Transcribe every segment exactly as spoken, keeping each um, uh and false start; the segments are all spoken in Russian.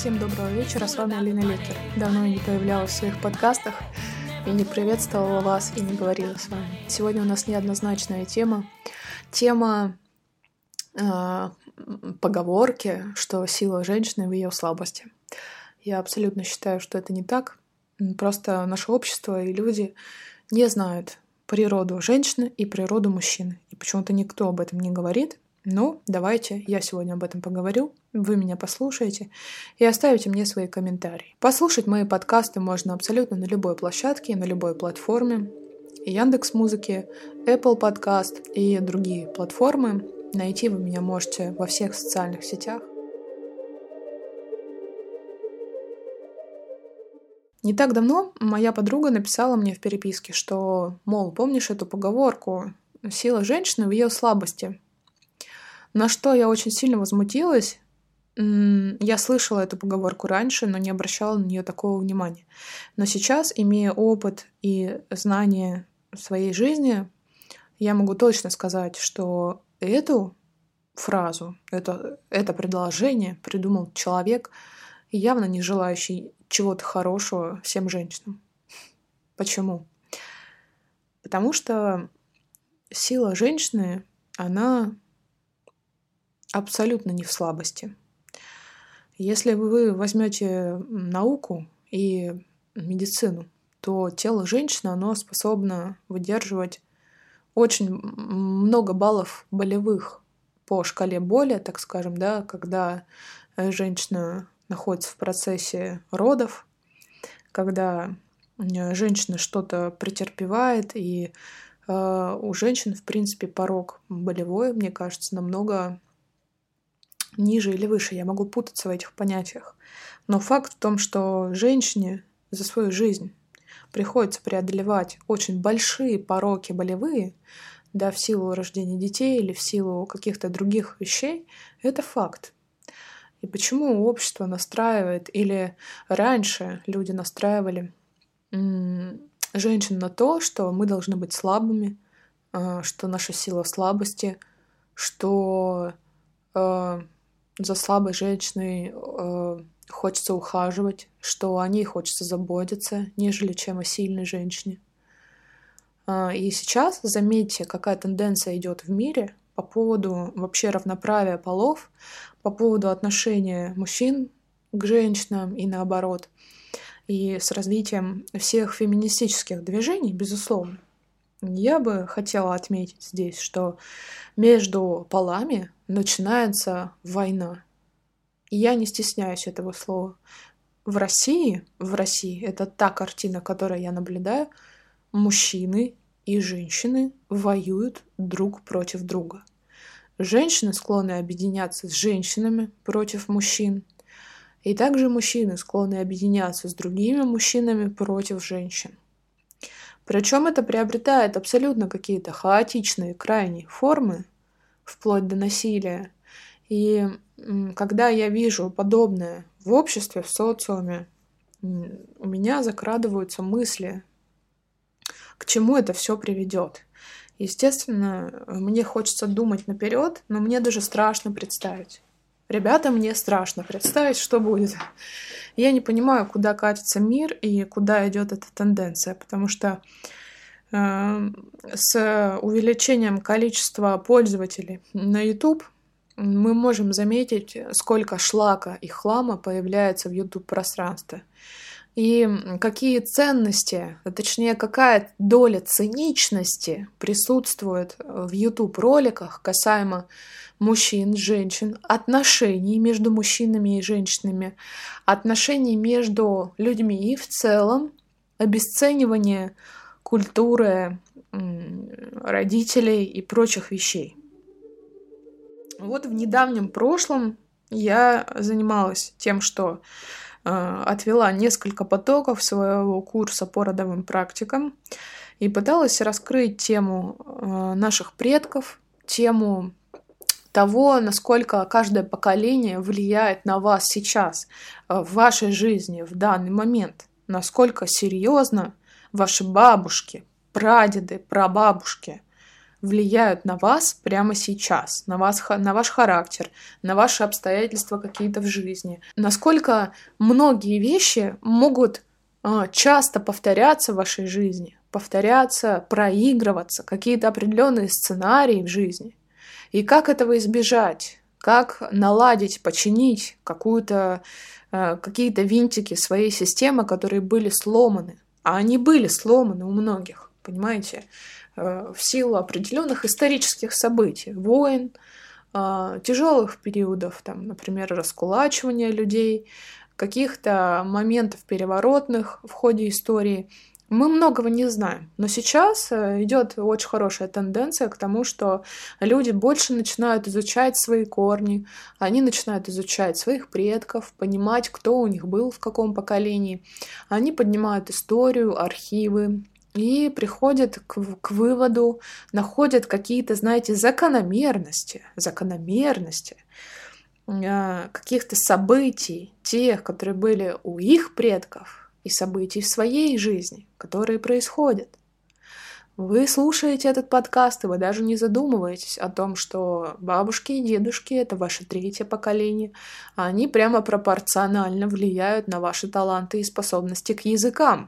Всем доброго вечера, с вами Алина Лекер. Давно я не появлялась в своих подкастах и не приветствовала вас, и не говорила с вами. Сегодня у нас неоднозначная тема. Тема э, поговорки, что сила женщины в ее слабости. Я абсолютно считаю, что это не так. Просто наше общество и люди не знают природу женщины и природу мужчины. И почему-то никто об этом не говорит. Ну, давайте я сегодня об этом поговорю, вы меня послушаете и оставите мне свои комментарии. Послушать мои подкасты можно абсолютно на любой площадке, на любой платформе. Яндекс.Музыки, Apple Podcast и другие платформы. Найти вы меня можете во всех социальных сетях. Не так давно моя подруга написала мне в переписке, что, мол, помнишь эту поговорку «сила женщины в ее слабости». На что я очень сильно возмутилась. Я слышала эту поговорку раньше, но не обращала на нее такого внимания. Но сейчас, имея опыт и знания своей жизни, я могу точно сказать, что эту фразу, это, это предложение придумал человек, явно не желающий чего-то хорошего всем женщинам. Почему? Потому что сила женщины, она абсолютно не в слабости. Если вы возьмете науку и медицину, то тело женщины, оно способно выдерживать очень много баллов болевых по шкале боли, так скажем, да, когда женщина находится в процессе родов, когда женщина что-то претерпевает, и э, у женщин, в принципе, порог болевой, мне кажется, намного ниже или выше. Я могу путаться в этих понятиях. Но факт в том, что женщине за свою жизнь приходится преодолевать очень большие пороки болевые, да, в силу рождения детей или в силу каких-то других вещей, это факт. И почему общество настраивает, или раньше люди настраивали м- женщин на то, что мы должны быть слабыми, э- что наша сила в слабости, что э- за слабой женщиной э, хочется ухаживать, что о ней хочется заботиться, нежели чем о сильной женщине. Э, и сейчас, заметьте, какая тенденция идет в мире по поводу вообще равноправия полов, по поводу отношения мужчин к женщинам и наоборот. И с развитием всех феминистических движений, безусловно. Я бы хотела отметить здесь, что между полами начинается война. И я не стесняюсь этого слова. В России, в России, это та картина, которую я наблюдаю, мужчины и женщины воюют друг против друга. Женщины склонны объединяться с женщинами против мужчин. И также мужчины склонны объединяться с другими мужчинами против женщин. Причем это приобретает абсолютно какие-то хаотичные крайние формы, вплоть до насилия. И когда я вижу подобное в обществе, в социуме, у меня закрадываются мысли, к чему это все приведет. Естественно, мне хочется думать наперед, но мне даже страшно представить. Ребята, мне страшно представить, что будет. Я не понимаю, куда катится мир и куда идет эта тенденция, потому что э, с увеличением количества пользователей на YouTube мы можем заметить, сколько шлака и хлама появляется в YouTube-пространстве. И какие ценности, а точнее, какая доля циничности присутствует в YouTube-роликах касаемо мужчин, женщин, отношений между мужчинами и женщинами, отношений между людьми и в целом, обесценивание культуры родителей и прочих вещей. Вот в недавнем прошлом я занималась тем, что э, отвела несколько потоков своего курса по родовым практикам и пыталась раскрыть тему э, наших предков, тему того, насколько каждое поколение влияет на вас сейчас, э, в вашей жизни, в данный момент, насколько серьезно ваши бабушки, прадеды, прабабушки влияют на вас прямо сейчас, на вас, на ваш характер, на ваши обстоятельства какие-то в жизни. Насколько многие вещи могут а, часто повторяться в вашей жизни, повторяться, проигрываться, какие-то определенные сценарии в жизни. И как этого избежать? Как наладить, починить какую-то, а, какие-то винтики своей системы, которые были сломаны? А они были сломаны у многих, понимаете, в силу определенных исторических событий, войн, тяжелых периодов, там, например, раскулачивания людей, каких-то моментов переворотных в ходе истории. Мы многого не знаем, но сейчас идет очень хорошая тенденция к тому, что люди больше начинают изучать свои корни, они начинают изучать своих предков, понимать, кто у них был в каком поколении. Они поднимают историю, архивы и приходят к, к выводу, находят какие-то, знаете, закономерности, закономерности каких-то событий, тех, которые были у их предков, и событий в своей жизни, которые происходят. Вы слушаете этот подкаст, и вы даже не задумываетесь о том, что бабушки и дедушки — это ваше третье поколение, а они прямо пропорционально влияют на ваши таланты и способности к языкам.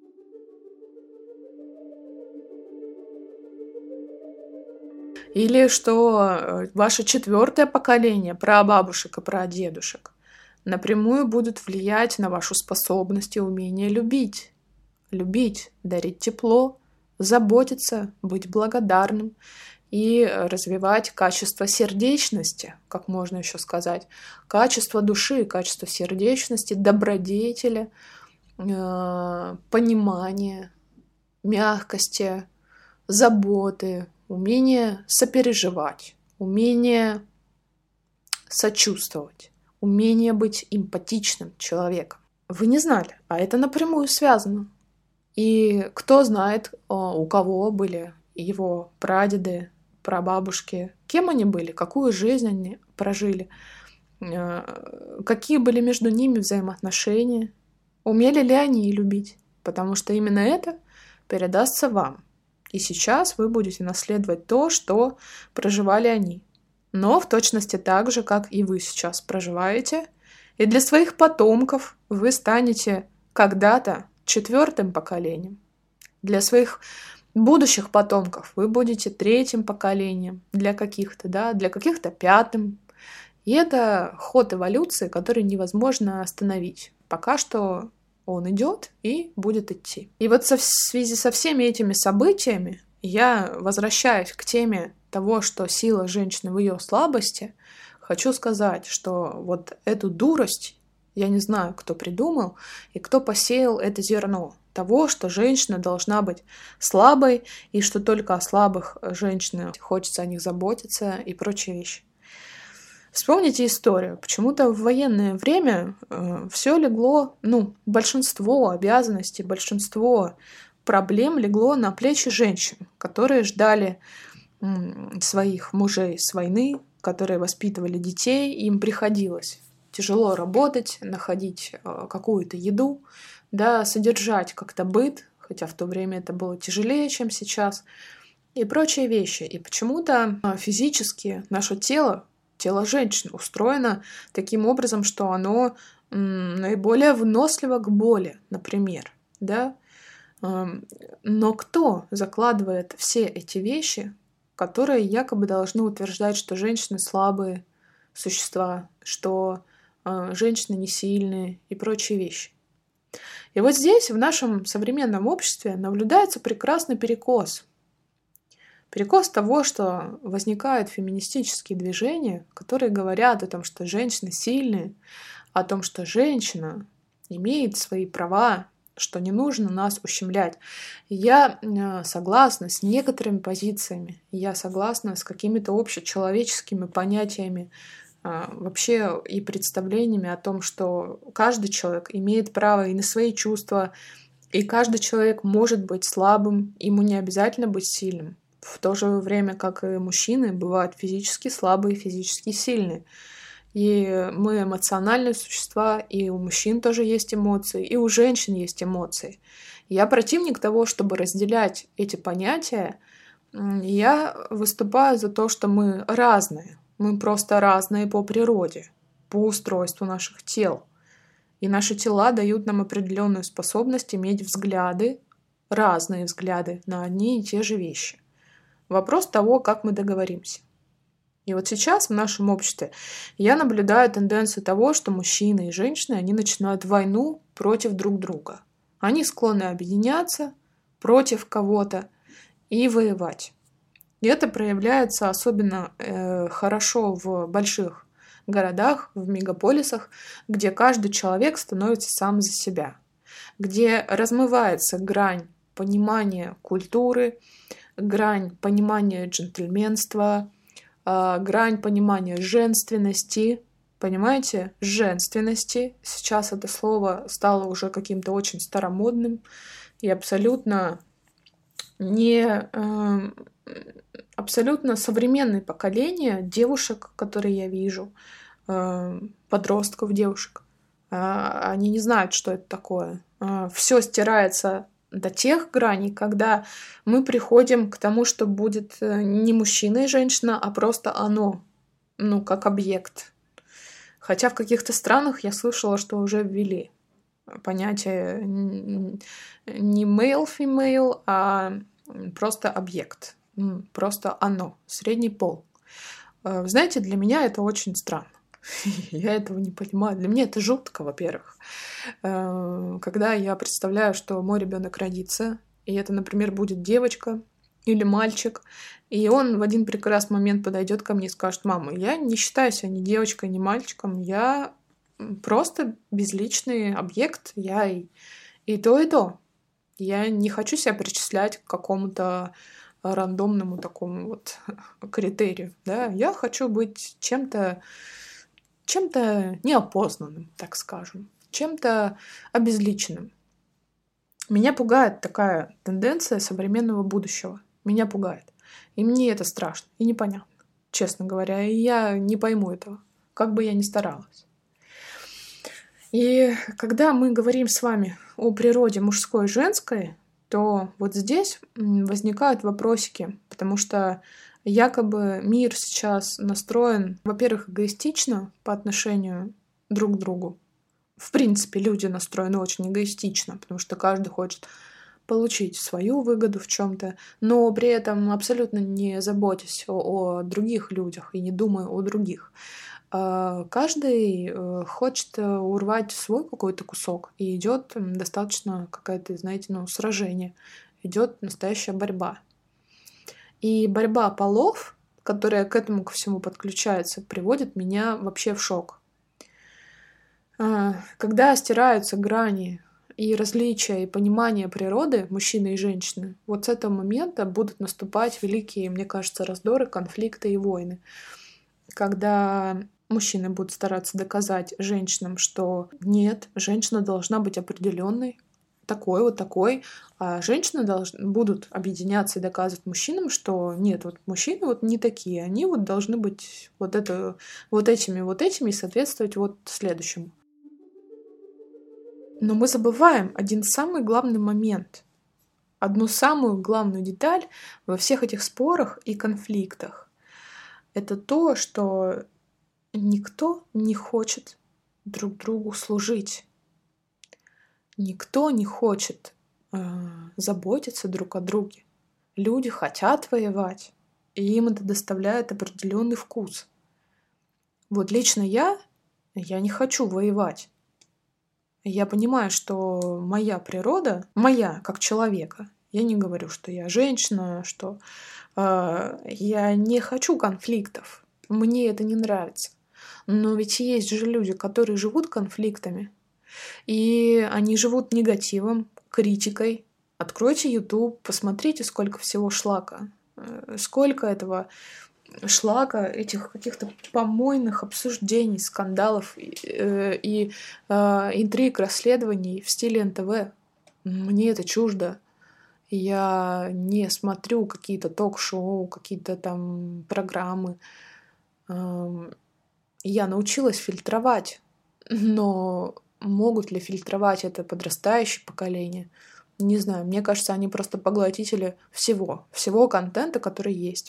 Или что ваше четвертое поколение прабабушек и прадедушек напрямую будут влиять на вашу способность и умение любить. Любить, дарить тепло, заботиться, быть благодарным и развивать качество сердечности, как можно еще сказать, качество души, качество сердечности, добродетели, понимания, мягкости, заботы, умение сопереживать, умение сочувствовать, умение быть эмпатичным человеком. Вы не знали, а это напрямую связано. И кто знает, у кого были его прадеды, прабабушки, кем они были, какую жизнь они прожили, какие были между ними взаимоотношения, умели ли они любить, потому что именно это передастся вам. И сейчас вы будете наследовать то, что проживали они. Но в точности так же, как и вы сейчас проживаете. И для своих потомков вы станете когда-то четвертым поколением. Для своих будущих потомков вы будете третьим поколением. Для каких-то, да, для каких-то пятым. И это ход эволюции, который невозможно остановить. Пока что он идет и будет идти. И вот в связи со всеми этими событиями я возвращаюсь к теме того, что сила женщины в ее слабости. Хочу сказать, что вот эту дурость, я не знаю, кто придумал и кто посеял это зерно того, что женщина должна быть слабой и что только о слабых женщинах хочется о них заботиться и прочие вещи. Вспомните историю. Почему-то в военное время э, все легло, ну, большинство обязанностей, большинство проблем легло на плечи женщин, которые ждали э, своих мужей с войны, которые воспитывали детей, им приходилось тяжело работать, находить э, какую-то еду, да, содержать как-то быт, хотя в то время это было тяжелее, чем сейчас, и прочие вещи. И почему-то э, физически наше тело, тело женщины устроено таким образом, что оно м, наиболее выносливо к боли, например, да. Но кто закладывает все эти вещи, которые якобы должны утверждать, что женщины слабые существа, что э, женщины не сильные и прочие вещи? И вот здесь, в нашем современном обществе, наблюдается прекрасный перекос. Перекос того, что возникают феминистические движения, которые говорят о том, что женщины сильные, о том, что женщина имеет свои права, что не нужно нас ущемлять. Я согласна с некоторыми позициями, я согласна с какими-то общечеловеческими понятиями, вообще и представлениями о том, что каждый человек имеет право и на свои чувства, и каждый человек может быть слабым, ему не обязательно быть сильным. В то же время, как и мужчины, бывают физически слабые, физически сильные. И мы эмоциональные существа, и у мужчин тоже есть эмоции, и у женщин есть эмоции. Я противник того, чтобы разделять эти понятия Я выступаю за то, что мы разные. Мы просто разные по природе, по устройству наших тел. И наши тела дают нам определенную способность иметь взгляды, разные взгляды на одни и те же вещи. Вопрос того, как мы договоримся. И вот сейчас в нашем обществе я наблюдаю тенденцию того, что мужчины и женщины, они начинают войну против друг друга. Они склонны объединяться против кого-то и воевать. И это проявляется особенно э, хорошо в больших городах, в мегаполисах, где каждый человек становится сам за себя, где размывается грань понимания культуры, грань понимания джентльменства, э, грань понимания женственности. Понимаете, женственности. Сейчас это слово стало уже каким-то очень старомодным и абсолютно не э, абсолютно современное поколение девушек, которые я вижу, э, подростков девушек. Э, они не знают, что это такое. Э, все стирается до тех граней, когда мы приходим к тому, что будет не мужчина и женщина, а просто оно, ну, как объект. Хотя в каких-то странах я слышала, что уже ввели понятие не male-female, а просто объект, просто оно, средний пол. Знаете, для меня это очень странно. Я этого не понимаю. Для меня это жутко, во-первых. Когда я представляю, что мой ребенок родится, и это, например, будет девочка или мальчик, и он в один прекрасный момент подойдет ко мне и скажет: мама, я не считаю себя ни девочкой, ни мальчиком, я просто безличный объект, я и, и то, и то. Я не хочу себя причислять к какому-то рандомному такому вот критерию, да, я хочу быть чем-то, чем-то неопознанным, так скажем, чем-то обезличенным. Меня пугает такая тенденция современного будущего. Меня пугает. И мне это страшно и непонятно, честно говоря. И я не пойму этого, как бы я ни старалась. И когда мы говорим с вами о природе мужской и женской, то вот здесь возникают вопросики, потому что якобы мир сейчас настроен, во-первых, эгоистично по отношению друг к другу. В принципе, люди настроены очень эгоистично, потому что каждый хочет получить свою выгоду в чем-то, но при этом абсолютно не заботясь о, о других людях и не думая о других. Каждый хочет урвать свой какой-то кусок, и идет достаточно какое-то, знаете, ну, сражение, идет настоящая борьба. И борьба полов, которая к этому ко всему подключается, приводит меня вообще в шок. Когда стираются грани и различия, и понимание природы мужчины и женщины, вот с этого момента будут наступать великие, мне кажется, раздоры, конфликты и войны. Когда мужчины будут стараться доказать женщинам, что нет, женщина должна быть определенной, такой вот такой, а женщины должны, будут объединяться и доказывать мужчинам, что нет, вот мужчины вот не такие, они вот должны быть вот, это, вот этими, вот этими и соответствовать вот следующему. Но мы забываем один самый главный момент, одну самую главную деталь во всех этих спорах и конфликтах. Это то, что никто не хочет друг другу служить. Никто не хочет э, заботиться друг о друге. Люди хотят воевать, и им это доставляет определенный вкус. Вот лично я, я не хочу воевать. Я понимаю, что моя природа, моя как человека, я не говорю, что я женщина, что э, я не хочу конфликтов, мне это не нравится. Но ведь есть же люди, которые живут конфликтами, и они живут негативом, критикой. Откройте YouTube, посмотрите, сколько всего шлака, сколько этого шлака, этих каких-то помойных обсуждений, скандалов и, э, и э, интриг, расследований в стиле эн тэ вэ. Мне это чуждо. Я не смотрю какие-то ток-шоу, какие-то там программы. Э, я научилась фильтровать, но могут ли фильтровать это подрастающее поколение? Не знаю, мне кажется, они просто поглотители всего, всего контента, который есть.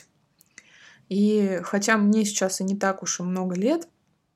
И хотя мне сейчас и не так уж и много лет,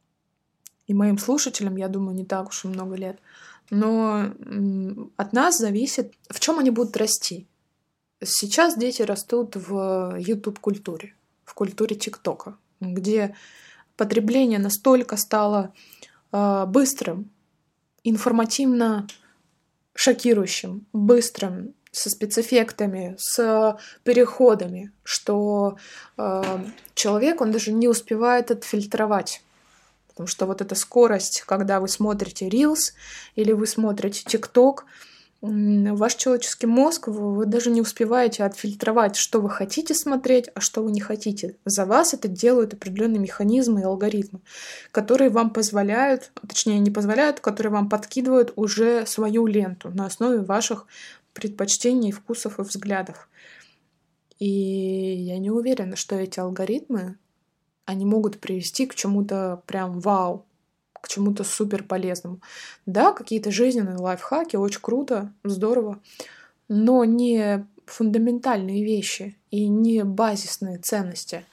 и моим слушателям, я думаю, не так уж и много лет, но от нас зависит, в чем они будут расти. Сейчас дети растут в YouTube-культуре, в культуре ТикТока, где потребление настолько стало э, быстрым, информативно шокирующим, быстрым, со спецэффектами, с переходами, что э, человек, он даже не успевает отфильтровать. Потому что вот эта скорость, когда вы смотрите Reels или вы смотрите TikTok, ваш человеческий мозг, вы, вы даже не успеваете отфильтровать, что вы хотите смотреть, а что вы не хотите. За вас это делают определенные механизмы и алгоритмы, которые вам позволяют, точнее не позволяют, которые вам подкидывают уже свою ленту на основе ваших предпочтений, вкусов и взглядов. И я не уверена, что эти алгоритмы, они могут привести к чему-то прям вау, к чему-то супер полезному. Да, какие-то жизненные лайфхаки, очень круто, здорово, но не фундаментальные вещи и не базисные ценности.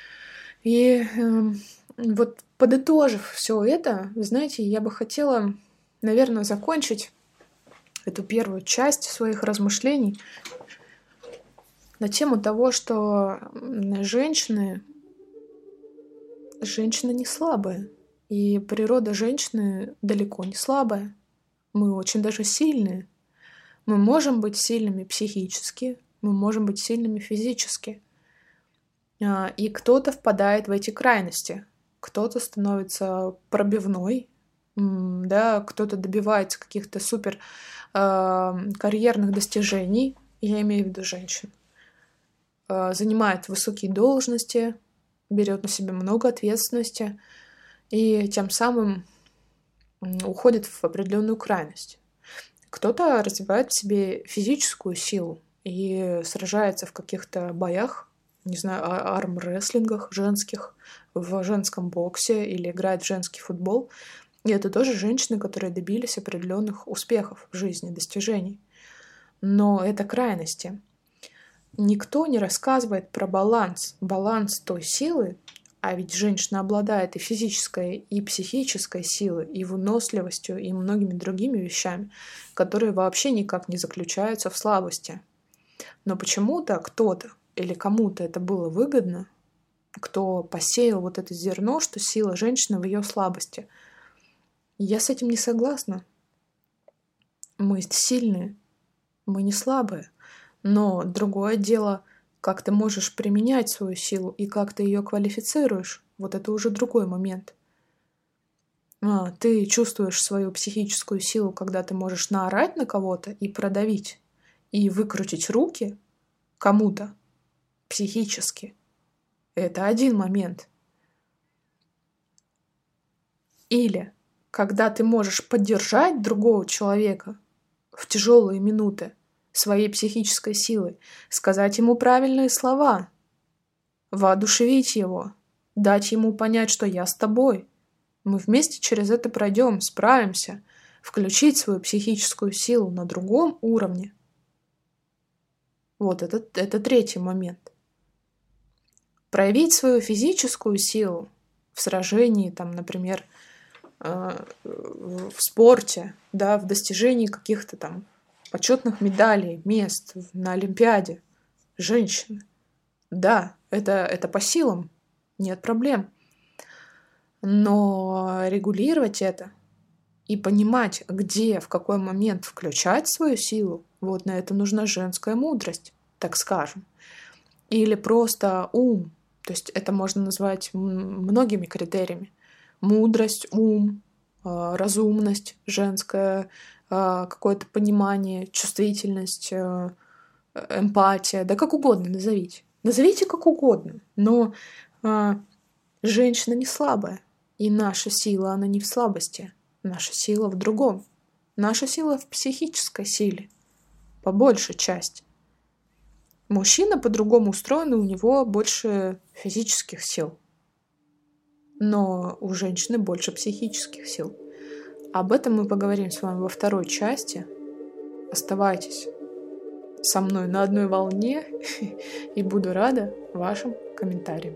И э, вот подытожив все это, вы знаете, я бы хотела, наверное, закончить эту первую часть своих размышлений на тему того, что женщины, женщины не слабые. И природа женщины далеко не слабая. Мы очень даже сильные. Мы можем быть сильными психически, мы можем быть сильными физически. И кто-то впадает в эти крайности. Кто-то становится пробивной, да, кто-то добивается каких-то супер э, карьерных достижений, я имею в виду женщин, э, занимает высокие должности, берет на себя много ответственности, и тем самым уходит в определенную крайность. Кто-то развивает в себе физическую силу и сражается в каких-то боях, не знаю, армрестлингах женских, в женском боксе или играет в женский футбол. И это тоже женщины, которые добились определенных успехов в жизни, достижений. Но это крайности. Никто не рассказывает про баланс, баланс той силы. А ведь женщина обладает и физической, и психической силой, и выносливостью, и многими другими вещами, которые вообще никак не заключаются в слабости. Но почему-то кто-то или кому-то это было выгодно, кто посеял вот это зерно, что сила женщины в ее слабости. Я с этим не согласна. Мы сильные, мы не слабые. Но другое дело, как ты можешь применять свою силу и как ты ее квалифицируешь, вот это уже другой момент. А, ты чувствуешь свою психическую силу, когда ты можешь наорать на кого-то и продавить, и выкрутить руки кому-то психически. Это один момент. Или когда ты можешь поддержать другого человека в тяжелые минуты своей психической силой, сказать ему правильные слова, воодушевить его, дать ему понять, что я с тобой. Мы вместе через это пройдем, справимся, включить свою психическую силу на другом уровне. Вот это, это третий момент. Проявить свою физическую силу в сражении, там, например, в спорте, да, в достижении каких-то там почетных медалей, мест на Олимпиаде. Женщины. Да, это, это по силам, нет проблем. Но регулировать это и понимать, где, в какой момент включать свою силу, вот на это нужна женская мудрость, так скажем. Или просто ум. То есть это можно назвать многими критериями. Мудрость, ум, разумность женская, какое-то понимание, чувствительность, эмпатия, да как угодно назовите. Назовите как угодно, но женщина не слабая, и наша сила, она не в слабости, наша сила в другом. Наша сила в психической силе, по большей части. Мужчина по-другому устроен, и у него больше физических сил. Но у женщины больше психических сил. Об этом мы поговорим с вами во второй части. Оставайтесь со мной на одной волне и буду рада вашим комментариям.